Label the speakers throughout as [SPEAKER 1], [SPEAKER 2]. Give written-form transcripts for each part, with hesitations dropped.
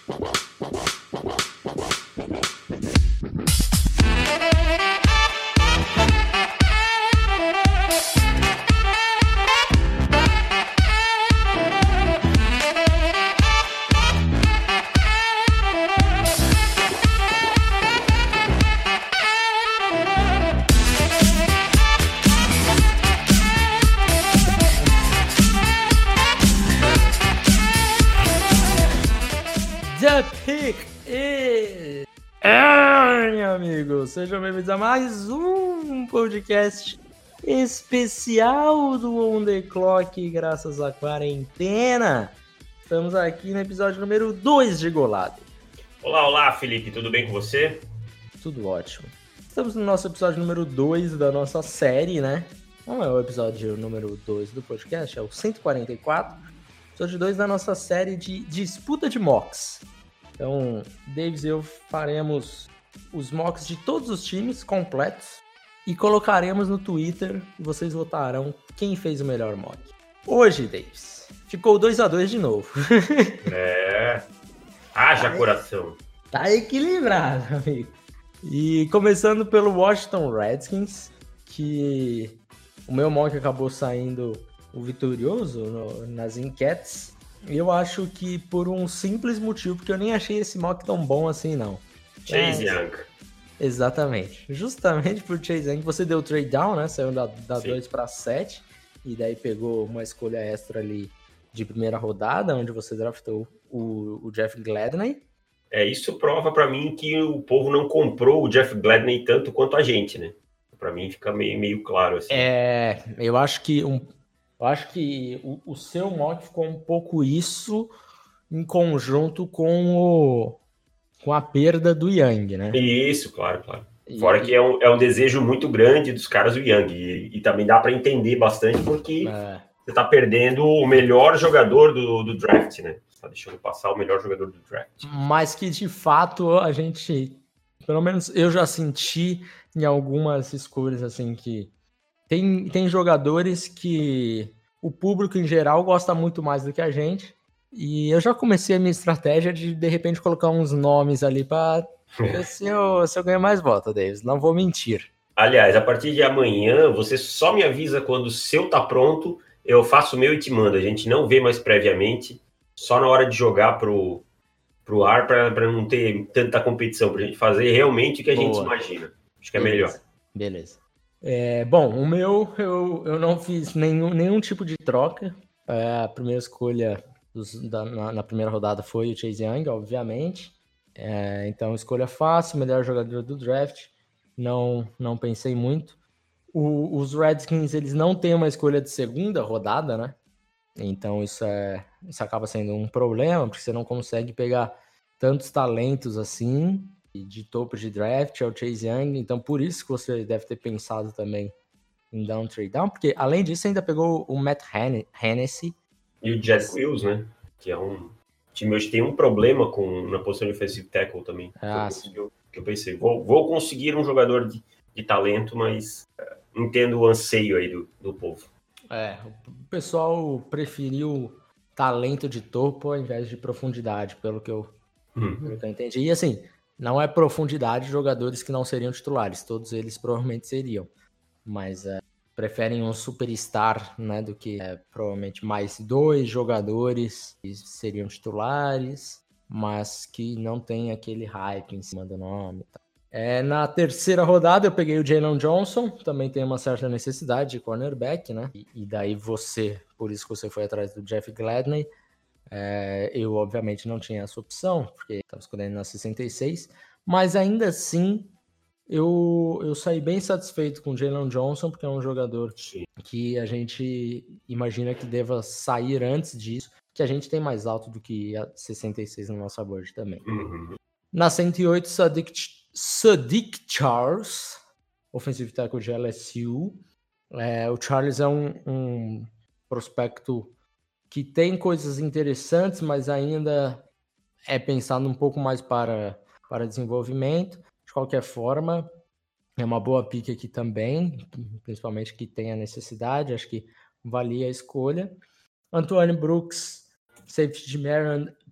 [SPEAKER 1] The Pick is... meu amigo, sejam bem-vindos a mais um podcast especial do On The Clock, graças à quarentena. Estamos aqui no episódio número 2 de Golado.
[SPEAKER 2] Olá, Felipe, tudo bem com você?
[SPEAKER 1] Tudo ótimo. Estamos no nosso episódio número 2 da nossa série, né? Não é o episódio número 2 do podcast, é o 144. Episódio 2 da nossa série de disputa de mocks. Então, Davis e eu faremos os mocks de todos os times completos e colocaremos no Twitter e vocês votarão quem fez o melhor mock. Hoje, Davis, ficou 2-2 de novo.
[SPEAKER 2] Haja coração.
[SPEAKER 1] Tá equilibrado, amigo. E começando pelo Washington Redskins, que o meu mock acabou saindo o vitorioso nas enquetes. Eu acho que por um simples motivo, porque eu nem achei esse mock tão bom assim, não.
[SPEAKER 2] Chase Young.
[SPEAKER 1] Exatamente. Justamente por Chase Young, você deu trade down, né? Saiu da 2 para 7, e daí pegou uma escolha extra ali de primeira rodada, onde você draftou o Jeff Gladney.
[SPEAKER 2] Isso prova pra mim que o povo não comprou o Jeff Gladney tanto quanto a gente, né? Pra mim fica meio claro assim.
[SPEAKER 1] Eu acho que o seu mock ficou um pouco isso em conjunto com a perda do Young, né?
[SPEAKER 2] Isso, claro. Fora que é um desejo muito grande dos caras do Young. E também dá pra entender bastante porque você tá perdendo o melhor jogador do draft, né? Você tá deixando passar o melhor jogador do draft.
[SPEAKER 1] Mas que, de fato, a gente... Pelo menos eu já senti em algumas escolhas, assim, que... Tem jogadores que o público em geral gosta muito mais do que a gente. E eu já comecei a minha estratégia de repente, colocar uns nomes ali para ver se eu ganho mais votos, Davis. Não vou mentir.
[SPEAKER 2] Aliás, a partir de amanhã, você só me avisa quando o seu tá pronto, eu faço o meu e te mando. A gente não vê mais previamente, só na hora de jogar pro ar, para não ter tanta competição, pra gente fazer realmente o que a gente imagina. Acho que é melhor.
[SPEAKER 1] Beleza. Bom, o meu, eu não fiz nenhum tipo de troca. A primeira escolha na primeira rodada foi o Chase Young, obviamente. Então, escolha fácil, melhor jogador do draft. Não pensei muito. Os Redskins, eles não têm uma escolha de segunda rodada, né? Então, isso acaba sendo um problema, porque você não consegue pegar tantos talentos assim de topo de draft, é o Chase Young, então por isso que você deve ter pensado também em dar um trade down, porque além disso ainda pegou o Matt Hennessy.
[SPEAKER 2] E o Jack Wills, né, que é um time hoje tem um problema na posição de offensive tackle também, que eu pensei, vou conseguir um jogador de talento, mas entendo o anseio aí do povo.
[SPEAKER 1] O pessoal preferiu talento de topo ao invés de profundidade, pelo que eu entendi, e assim, não é profundidade de jogadores que não seriam titulares, todos eles provavelmente seriam, mas preferem um superstar, né, do que provavelmente mais 2 jogadores que seriam titulares, mas que não tem aquele hype em cima do nome. Na terceira rodada eu peguei o Jalen Johnson, também tem uma certa necessidade de cornerback, né, e daí por isso que você foi atrás do Jeff Gladney. Eu obviamente não tinha essa opção, porque estava escolhendo na 66, mas ainda assim eu saí bem satisfeito com o Jalen Johnson, porque é um jogador que a gente imagina que deva sair antes disso, que a gente tem mais alto do que a 66 no nosso board também. Na 108, Sadiq Charles, offensive tackle de LSU. O Charles é um prospecto que tem coisas interessantes, mas ainda é pensado um pouco mais para desenvolvimento. De qualquer forma, é uma boa pick aqui também, principalmente que tem a necessidade, acho que valia a escolha. Antoine Brooks, safety de Maryland,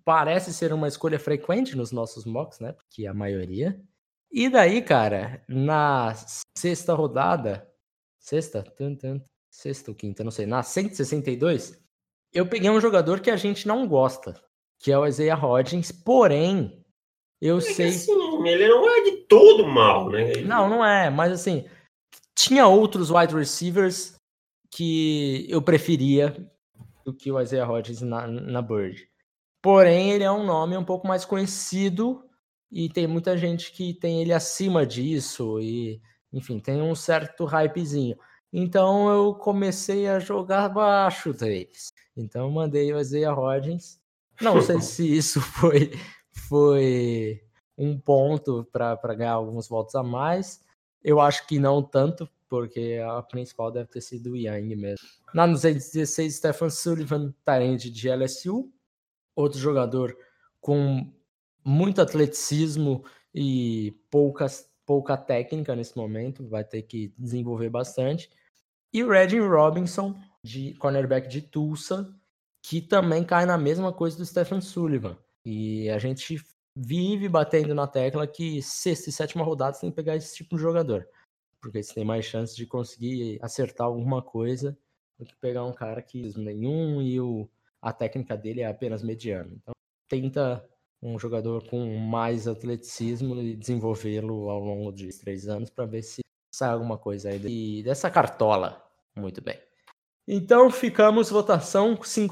[SPEAKER 1] parece ser uma escolha frequente nos nossos mocks, né? Porque a maioria. E daí, cara, na sexta rodada, sexta ou quinta, não sei, na 162, eu peguei um jogador que a gente não gosta, que é o Isaiah Hodgins, porém, eu sei...
[SPEAKER 2] Assim, ele não é de todo mal, né?
[SPEAKER 1] Não é, mas assim, tinha outros wide receivers que eu preferia do que o Isaiah Hodgins na Bird. Porém, ele é um nome um pouco mais conhecido e tem muita gente que tem ele acima disso e, enfim, tem um certo hypezinho. Então, eu comecei a jogar baixo deles. Então, eu mandei o Isaiah Hodgins. Não sei se isso foi um ponto para ganhar alguns votos a mais. Eu acho que não tanto, porque a principal deve ter sido o Young mesmo. Na 216, Stephen Sullivan, tight end de LSU. Outro jogador com muito atleticismo e pouca técnica nesse momento, vai ter que desenvolver bastante. E o Reggie Robinson, de cornerback de Tulsa, que também cai na mesma coisa do Stephen Sullivan. E a gente vive batendo na tecla que sexta e sétima rodada você tem que pegar esse tipo de jogador, porque você tem mais chance de conseguir acertar alguma coisa do que pegar um cara que nenhum e a técnica dele é apenas mediana. Então, tenta um jogador com mais atleticismo e desenvolvê-lo ao longo de 3 anos para ver se sai alguma coisa aí dessa cartola. Muito bem. Então, ficamos votação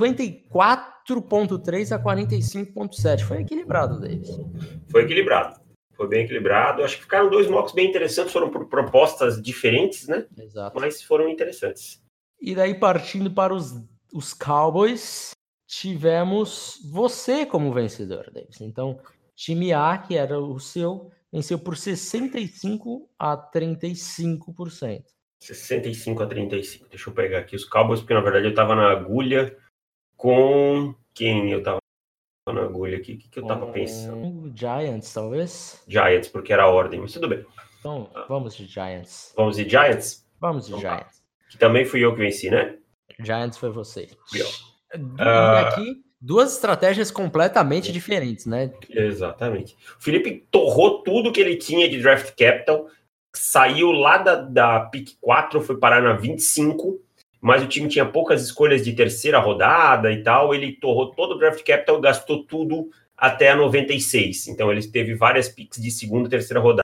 [SPEAKER 1] 54,3 a 45,7. Foi equilibrado, Davis.
[SPEAKER 2] Foi equilibrado. Foi bem equilibrado. Acho que ficaram 2 mocks bem interessantes. Foram por propostas diferentes, né?
[SPEAKER 1] Exato.
[SPEAKER 2] Mas foram interessantes.
[SPEAKER 1] E daí, partindo para os Cowboys, tivemos você como vencedor, Davis. Então, time A, que era o seu, venceu por 65 a 35%.
[SPEAKER 2] 65 a 35. Deixa eu pegar aqui os Cowboys, porque na verdade eu estava na agulha com quem eu estava na agulha aqui. O que eu estava pensando?
[SPEAKER 1] Giants, talvez?
[SPEAKER 2] Giants, porque era a ordem, mas tudo bem.
[SPEAKER 1] Então, vamos de Giants.
[SPEAKER 2] Vamos de Giants?
[SPEAKER 1] Vamos de Giants.
[SPEAKER 2] Que também fui eu que venci, né?
[SPEAKER 1] Giants foi você.
[SPEAKER 2] E
[SPEAKER 1] aqui, 2 estratégias completamente diferentes, né?
[SPEAKER 2] Exatamente. O Felipe torrou tudo que ele tinha de draft capital, saiu lá da pick 4, foi parar na 25, mas o time tinha poucas escolhas de terceira rodada e tal, ele torrou todo o draft capital, gastou tudo até a 96. Então ele teve várias picks de segunda e terceira rodada.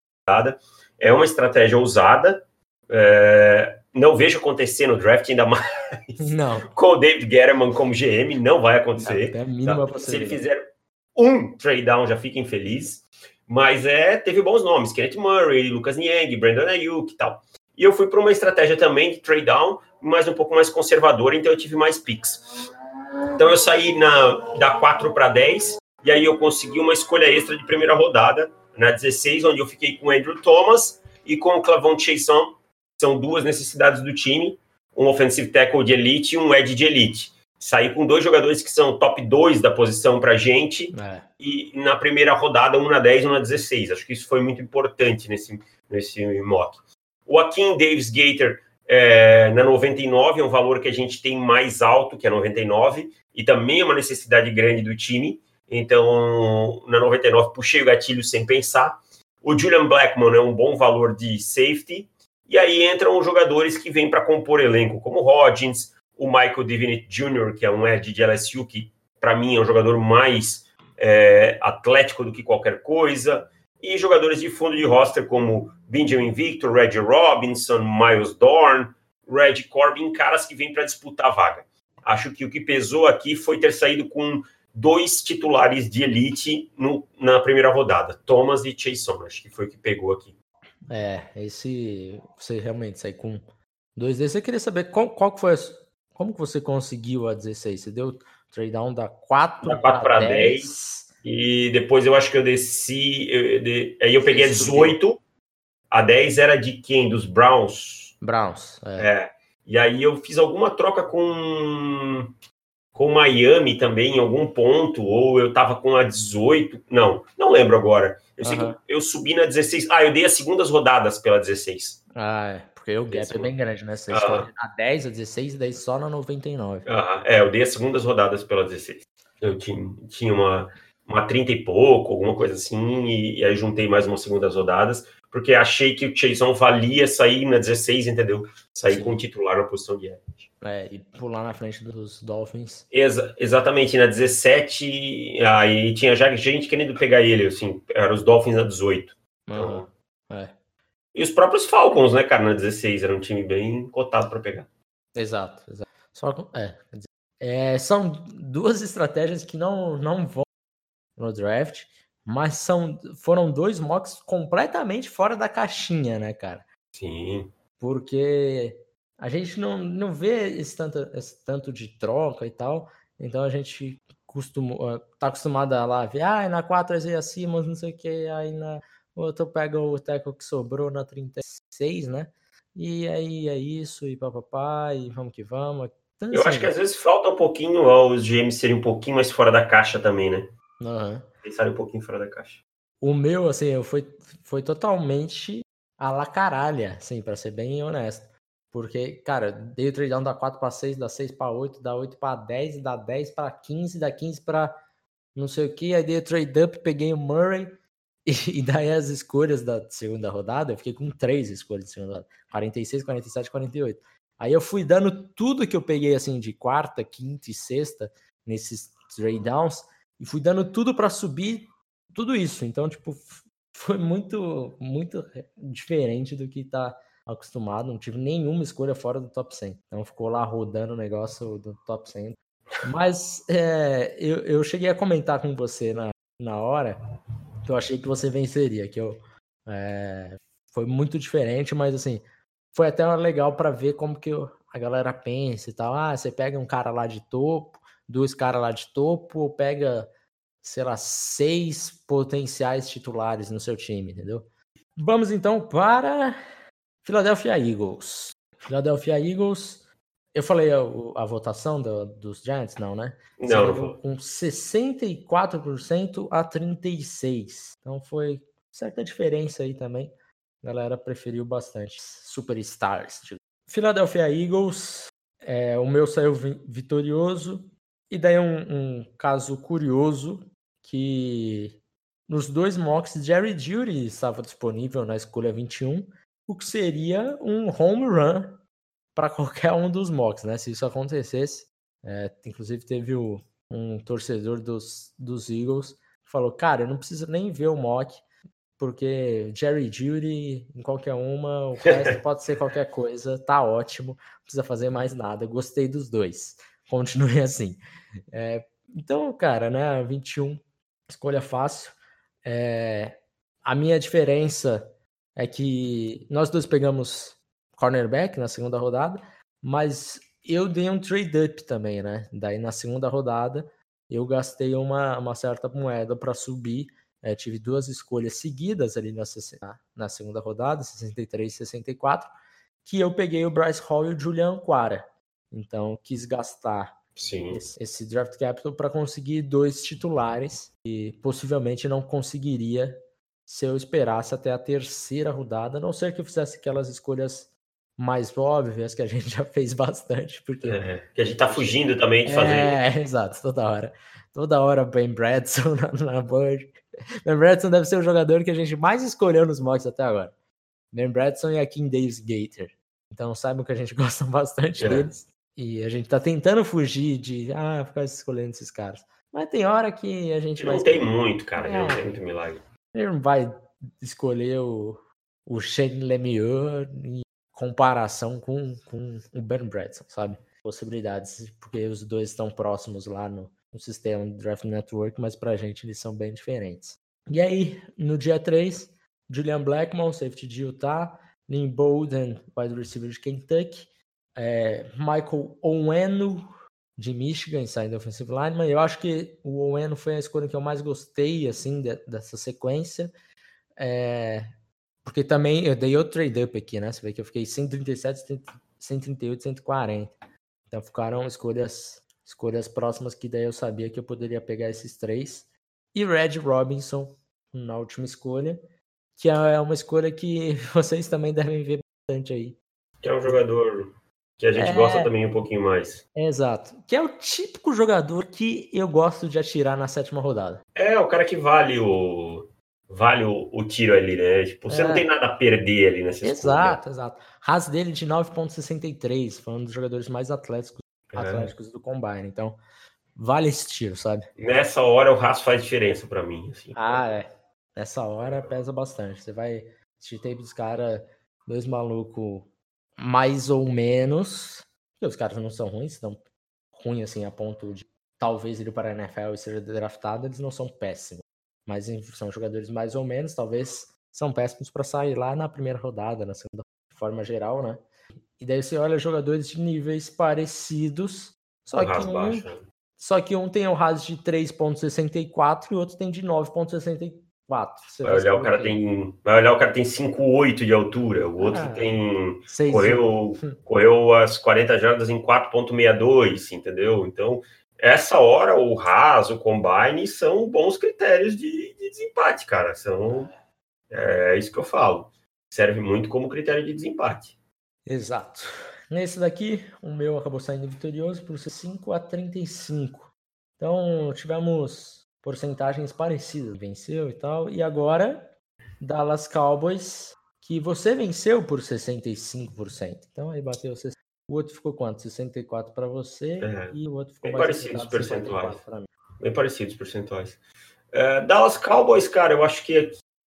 [SPEAKER 2] É uma estratégia ousada, não vejo acontecer no draft, ainda mais com o David Gettleman como GM, não vai acontecer.
[SPEAKER 1] Não, a mínima
[SPEAKER 2] tá? Se ele fizer um trade down, já fiquem felizes. Mas teve bons nomes, Kenneth Murray, Lucas Niang, Brandon Ayuk e tal. E eu fui para uma estratégia também de trade down, mas um pouco mais conservadora, então eu tive mais picks. Então eu saí da 4 para 10, e aí eu consegui uma escolha extra de primeira rodada, na 16, onde eu fiquei com o Andrew Thomas e com o Clavon Chaisson. São 2 necessidades do time, um offensive tackle de elite e um edge de elite. Saí com 2 jogadores que são top 2 da posição pra gente, e na primeira rodada, um na 10 e um na 16. Acho que isso foi muito importante nesse mock. O Akeem Davis-Gaither na 99 é um valor que a gente tem mais alto, que é 99, e também é uma necessidade grande do time. Então, na 99, puxei o gatilho sem pensar. O Julian Blackmon é um bom valor de safety. E aí entram os jogadores que vêm para compor elenco, como o Hodgins, o Michael Divinity Jr., que é um edge de LSU, que para mim é um jogador mais atlético do que qualquer coisa, e jogadores de fundo de roster como Benjamin Victor, Reggie Robinson, Miles Dorn, Reggie Corbin, caras que vêm para disputar a vaga. Acho que o que pesou aqui foi ter saído com 2 titulares de elite na primeira rodada, Thomas e Chaisson. Acho que foi o que pegou aqui.
[SPEAKER 1] Você realmente saiu com 2 desses. Eu queria saber qual que foi como que você conseguiu a 16? Você deu trade down da 4 para 10?
[SPEAKER 2] E depois eu acho que eu desci, aí eu peguei a 18, a 10 era de quem? Dos Browns. E aí eu fiz alguma troca com Miami também em algum ponto, ou eu tava com a 18, não lembro agora. Eu sei que eu subi na 16, eu dei as segundas rodadas pela 16.
[SPEAKER 1] Porque o gap é bem grande, né? Você escolhe a 10, a 16 e daí só na 99.
[SPEAKER 2] Eu dei as segundas rodadas pela 16. Eu tinha uma 30 e pouco, alguma coisa assim, e aí juntei mais umas segundas rodadas, porque achei que o Chason valia sair na 16, entendeu? Sair com o titular na posição de edge.
[SPEAKER 1] E pular na frente dos Dolphins.
[SPEAKER 2] Exatamente, na 17, aí tinha já gente querendo pegar ele, assim, eram os Dolphins na 18. Então, E os próprios Falcons, né, cara, na 16, era um time bem cotado para pegar.
[SPEAKER 1] Exato. Só são duas estratégias que não vão no draft, mas foram dois mocks completamente fora da caixinha, né, cara?
[SPEAKER 2] Sim.
[SPEAKER 1] Porque a gente não vê esse tanto de troca e tal, então a gente tá acostumado a lá ver, na 4 é Isaiah Simmons, não sei o que, aí na outro pega o tackle que sobrou na 36, né? E aí é isso, e papapá, e vamos que vamos. Então,
[SPEAKER 2] eu acho que às vezes falta um pouquinho os GMs serem um pouquinho mais fora da caixa também, né? Pensarem um pouquinho fora da caixa.
[SPEAKER 1] O meu, assim, foi totalmente a la caralha, assim, pra ser bem honesto. Porque, cara, dei o trade down da 4 para 6, da 6 para 8, da 8 para 10, da 10 para 15, da 15 para não sei o que. Aí dei o trade up, peguei o Murray. E daí as escolhas da segunda rodada, eu fiquei com 3 escolhas de segunda rodada. 46, 47, 48. Aí eu fui dando tudo que eu peguei, assim, de quarta, quinta e sexta, nesses trade downs, e fui dando tudo para subir tudo isso. Então, tipo, foi muito, muito diferente do que tá acostumado. Não tive nenhuma escolha fora do top 100. Então, ficou lá rodando o negócio do top 100. Mas eu cheguei a comentar com você na hora que eu achei que você venceria, que foi muito diferente, mas assim, foi até legal para ver como que a galera pensa e tal. Você pega um cara lá de topo, 2 caras lá de topo, ou pega, sei lá, 6 potenciais titulares no seu time, entendeu? Vamos então para Philadelphia Eagles. Philadelphia Eagles, eu falei a votação dos Giants, não, né?
[SPEAKER 2] Não,
[SPEAKER 1] Saiu com 64% a 36%. Então foi certa diferença aí também. A galera preferiu bastante. Superstars. Philadelphia Eagles, o meu saiu vitorioso. E daí um caso curioso que nos 2 mocks, Jerry Jeudy estava disponível na escolha 21, o que seria um home run para qualquer um dos mocks, né? Se isso acontecesse. Inclusive teve um torcedor dos Eagles que falou, cara, eu não preciso nem ver o mock, porque Jerry Jeudy em qualquer uma, o resto pode ser qualquer coisa, tá ótimo, não precisa fazer mais nada, gostei dos dois, continue assim. Então, cara, né, 21, escolha fácil. A minha diferença é que nós dois pegamos cornerback na segunda rodada, mas eu dei um trade-up também, né? Daí na segunda rodada eu gastei uma certa moeda para subir. Tive 2 escolhas seguidas ali na segunda rodada, 63 e 64, que eu peguei o Bryce Hall e o Julian Quara. Então quis gastar esse draft capital para conseguir 2 titulares e possivelmente não conseguiria se eu esperasse até a terceira rodada, a não ser que eu fizesse aquelas escolhas mais óbvias que a gente já fez bastante, porque
[SPEAKER 2] que a gente tá fugindo também de fazer.
[SPEAKER 1] Exato, toda hora Ben Bradson na board. Ben Bradson deve ser o jogador que a gente mais escolheu nos mocks até agora. Ben Bradson e a Kim Davis Gator. Então saibam que a gente gosta bastante deles. E a gente tá tentando fugir de ficar escolhendo esses caras. Mas tem hora que a gente
[SPEAKER 2] não tem muito, cara. Não tem muito milagre.
[SPEAKER 1] Ele não vai escolher o Shane Lemieux em comparação com o Ben Bradson, sabe? Possibilidades, porque os dois estão próximos lá no sistema do Draft Network, mas pra gente eles são bem diferentes. E aí, no dia 3, Julian Blackmon, safety de Utah, Lynn Bowden, wide receiver de Kentucky, Michael Onwenu, de Michigan, inside offensive lineman. Eu acho que o Onwenu foi a escolha que eu mais gostei, assim, dessa sequência. Porque também eu dei outro trade-up aqui, né? Você vê que eu fiquei 137, 138, 140. Então ficaram escolhas próximas que daí eu sabia que eu poderia pegar esses 3. E Red Robinson na última escolha, que é uma escolha que vocês também devem ver bastante aí.
[SPEAKER 2] Que é um jogador que a gente gosta também um pouquinho mais.
[SPEAKER 1] Exato. Que é o típico jogador que eu gosto de atirar na 7ª rodada.
[SPEAKER 2] É, o cara que vale o tiro ali, né? Tipo, você não tem nada a perder ali nessa escolha.
[SPEAKER 1] Exato. RAS dele de 9.63, foi um dos jogadores mais atléticos do Combine. Então, vale esse tiro, sabe?
[SPEAKER 2] Nessa hora o RAS faz diferença pra mim. Assim.
[SPEAKER 1] Nessa hora pesa bastante. Você vai assistir tape dos caras, 2 malucos mais ou menos, porque os caras não são ruins, estão ruins assim a ponto de talvez ir para a NFL e ser draftado, eles não são péssimos. Mas são jogadores mais ou menos, talvez são péssimos para sair lá na primeira rodada, na segunda, de forma geral, né? E daí você olha jogadores de níveis parecidos, só que um tem o RAS de 3.64 e o outro tem de 9.64.
[SPEAKER 2] Vai olhar o cara tem 5'8 de altura, o outro tem correu as 40 jardas em 4.62, entendeu? Então, essa hora o RAS, o Combine são bons critérios de desempate, cara. É isso que eu falo. Serve muito como critério de desempate.
[SPEAKER 1] Exato. Nesse daqui, o meu acabou saindo vitorioso por ser 5-35. Então, tivemos porcentagens parecidas. Venceu e tal. E agora, Dallas Cowboys, que você venceu por 65%. Então, aí bateu 60%. O outro ficou quanto? 64 para você e o outro ficou
[SPEAKER 2] bem parecidos os percentuais. Bem parecidos os percentuais. Dallas Cowboys, cara, eu acho que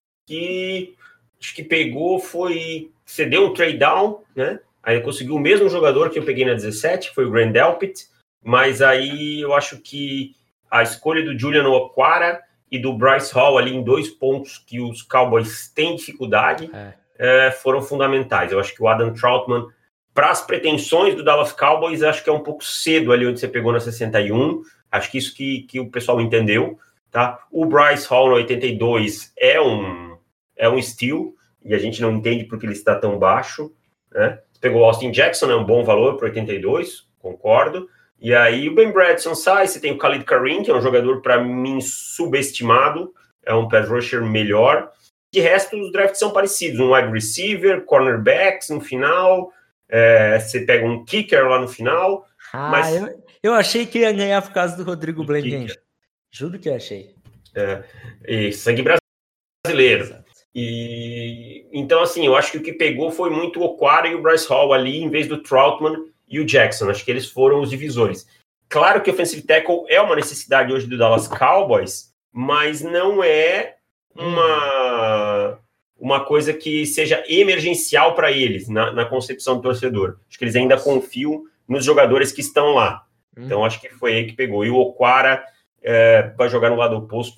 [SPEAKER 2] pegou você deu um trade down, né? Aí conseguiu o mesmo jogador que eu peguei na 17, que foi o Grant Delpit, mas aí eu acho que a escolha do Julian Okwara e do Bryce Hall ali em 2 pontos que os Cowboys têm dificuldade foram fundamentais. Eu acho que o Adam Troutman, para as pretensões do Dallas Cowboys, acho que é um pouco cedo ali onde você pegou na 61. Acho que isso que o pessoal entendeu. Tá? O Bryce Hall no 82 é um steal, e a gente não entende porque ele está tão baixo. Né? Você pegou o Austin Jackson, é um bom valor para 82, concordo. E aí o Ben Bradson sai, você tem o Khalid Kareem, que é um jogador, para mim, subestimado, é um pass rusher melhor. De resto, os drafts são parecidos, um wide receiver, cornerbacks no final, você pega um kicker lá no final. Mas
[SPEAKER 1] eu achei que ia ganhar por causa do Rodrigo Blankenship. Juro que eu achei.
[SPEAKER 2] E sangue brasileiro. Exato. E então, assim, eu acho que o que pegou foi muito o Okwara e o Bryce Hall ali, em vez do Troutman e o Jackson. Acho que eles foram os divisores. Claro que o offensive tackle é uma necessidade hoje do Dallas Cowboys, mas não é uma coisa que seja emergencial para eles, na concepção do torcedor. Acho que eles ainda confiam nos jogadores que estão lá. Então, acho que foi aí que pegou. E o Okwara vai jogar no lado oposto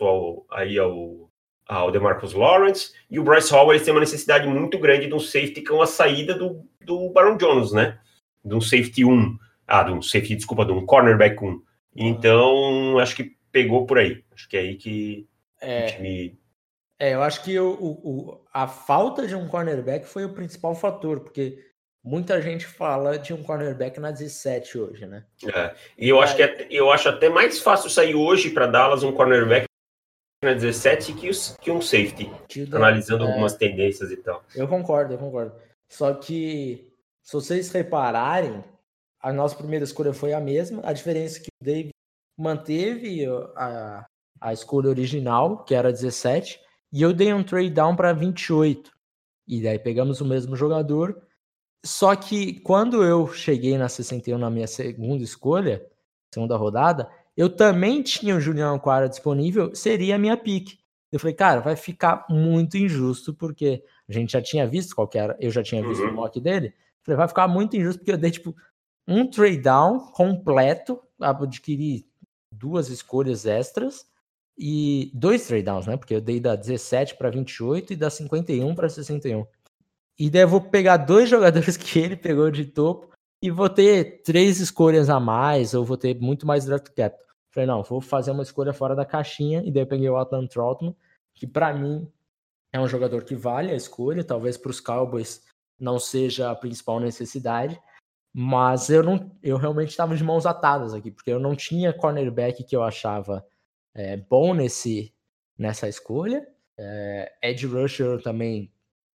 [SPEAKER 2] ao DeMarcus Lawrence, e o Bryce Hall, eles têm uma necessidade muito grande de um safety com a saída do Baron Jones, né? De um safety 1. De um cornerback 1. Então, acho que pegou por aí. Acho que é aí que o time...
[SPEAKER 1] eu acho que a falta de um cornerback foi o principal fator, porque muita gente fala de um cornerback na 17 hoje, né?
[SPEAKER 2] E eu acho até mais fácil sair hoje para Dallas um cornerback na 17 que um safety, analisando algumas tendências e tal.
[SPEAKER 1] Eu concordo. Só que, se vocês repararem, a nossa primeira escolha foi a mesma, a diferença é que o Dave manteve a escolha original, que era 17, e eu dei um trade down para 28. E daí pegamos o mesmo jogador. Só que quando eu cheguei na 61 na minha segunda escolha, segunda rodada, eu também tinha o Julian Okwara disponível, seria a minha pick. Eu falei, cara, vai ficar muito injusto, porque a gente já tinha visto qual que era, eu já tinha visto o mock dele. Falei, vai ficar muito injusto, porque eu dei, um trade down completo, adquiri 2 escolhas extras, e 2 trade downs, né? Porque eu dei da 17 para 28 e da 51 para 61. E daí eu vou pegar 2 jogadores que ele pegou de topo e vou ter 3 escolhas a mais, ou vou ter muito mais draft capital. Falei, não, vou fazer uma escolha fora da caixinha, e daí eu peguei o Adam Troutman, que para mim é um jogador que vale a escolha, talvez para os Cowboys não seja a principal necessidade, mas eu realmente estava de mãos atadas aqui, porque eu não tinha cornerback que eu achava bom nessa escolha. Edge rusher eu também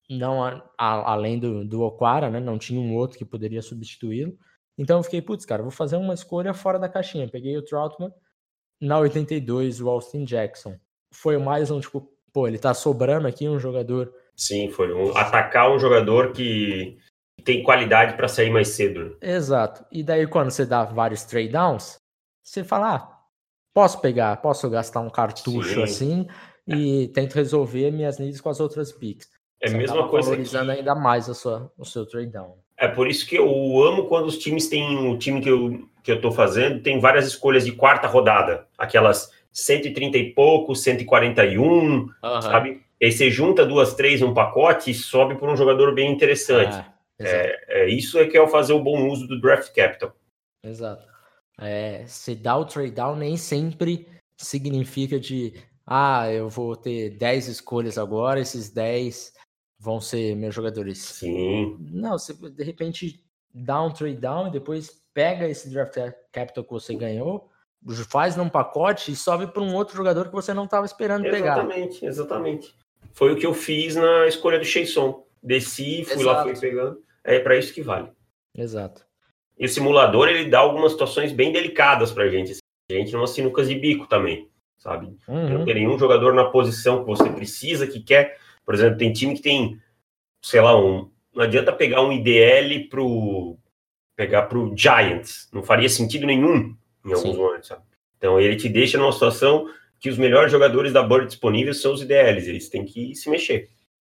[SPEAKER 1] não além do Okwara, né? Não tinha um outro que poderia substituí-lo. Então eu fiquei, putz, cara, vou fazer uma escolha fora da caixinha. Peguei o Trautman, na 82 o Austin Jackson. Foi mais um, tipo, pô, ele tá sobrando aqui um jogador.
[SPEAKER 2] Sim, foi atacar um jogador que tem qualidade para sair mais cedo.
[SPEAKER 1] Exato. E daí quando você dá vários trade downs, você fala, posso gastar um cartucho assim e tento resolver minhas needs com as outras picks.
[SPEAKER 2] É a mesma coisa
[SPEAKER 1] valorizando ainda mais o seu trade down.
[SPEAKER 2] É por isso que eu amo quando os times têm, o time que eu tô fazendo tem várias escolhas de quarta rodada, aquelas 130 e pouco, 141, sabe? E aí você junta 2, 3 num pacote e sobe por um jogador bem interessante. Isso que é o fazer o bom uso do draft capital.
[SPEAKER 1] Exato. Se dá o trade down nem sempre significa eu vou ter 10 escolhas agora, esses 10 vão ser meus jogadores.
[SPEAKER 2] Sim.
[SPEAKER 1] Não, você de repente dá um trade down e depois pega esse draft capital que você ganhou, faz num pacote e sobe para um outro jogador que você não estava esperando pegar.
[SPEAKER 2] Exatamente. Foi o que eu fiz na escolha do Chason. Desci, fui lá, fui pegando. É para isso que vale.
[SPEAKER 1] Exato.
[SPEAKER 2] E o simulador, ele dá algumas situações bem delicadas pra gente. A gente não sinucas de bico também, sabe? Não tem nenhum jogador na posição que você precisa, que quer. Por exemplo, tem time que tem, sei lá, não adianta pegar um IDL pro Giants. Não faria sentido nenhum em alguns momentos, sabe? Então ele te deixa numa situação que os melhores jogadores da board disponíveis são os IDLs. Eles têm que se mexer.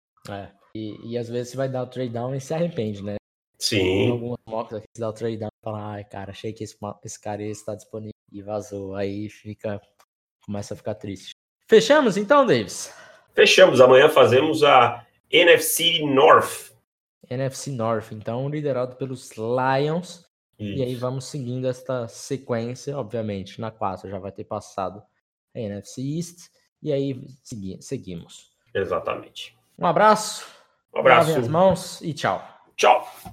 [SPEAKER 1] E às vezes você vai dar o trade down e se arrepende, né?
[SPEAKER 2] Sim.
[SPEAKER 1] Tem algumas mocks aqui que você dá o trade down e fala, cara, achei que esse cara está disponível e vazou. Aí começa a ficar triste. Fechamos então, Davis?
[SPEAKER 2] Fechamos. Amanhã fazemos a NFC North.
[SPEAKER 1] NFC North, então liderado pelos Lions.
[SPEAKER 2] Isso.
[SPEAKER 1] E aí vamos seguindo esta sequência, obviamente. Na 4 já vai ter passado a NFC East. E aí seguimos.
[SPEAKER 2] Exatamente.
[SPEAKER 1] Um abraço.
[SPEAKER 2] Um abraço.
[SPEAKER 1] Lavem as mãos e tchau.
[SPEAKER 2] Tchau.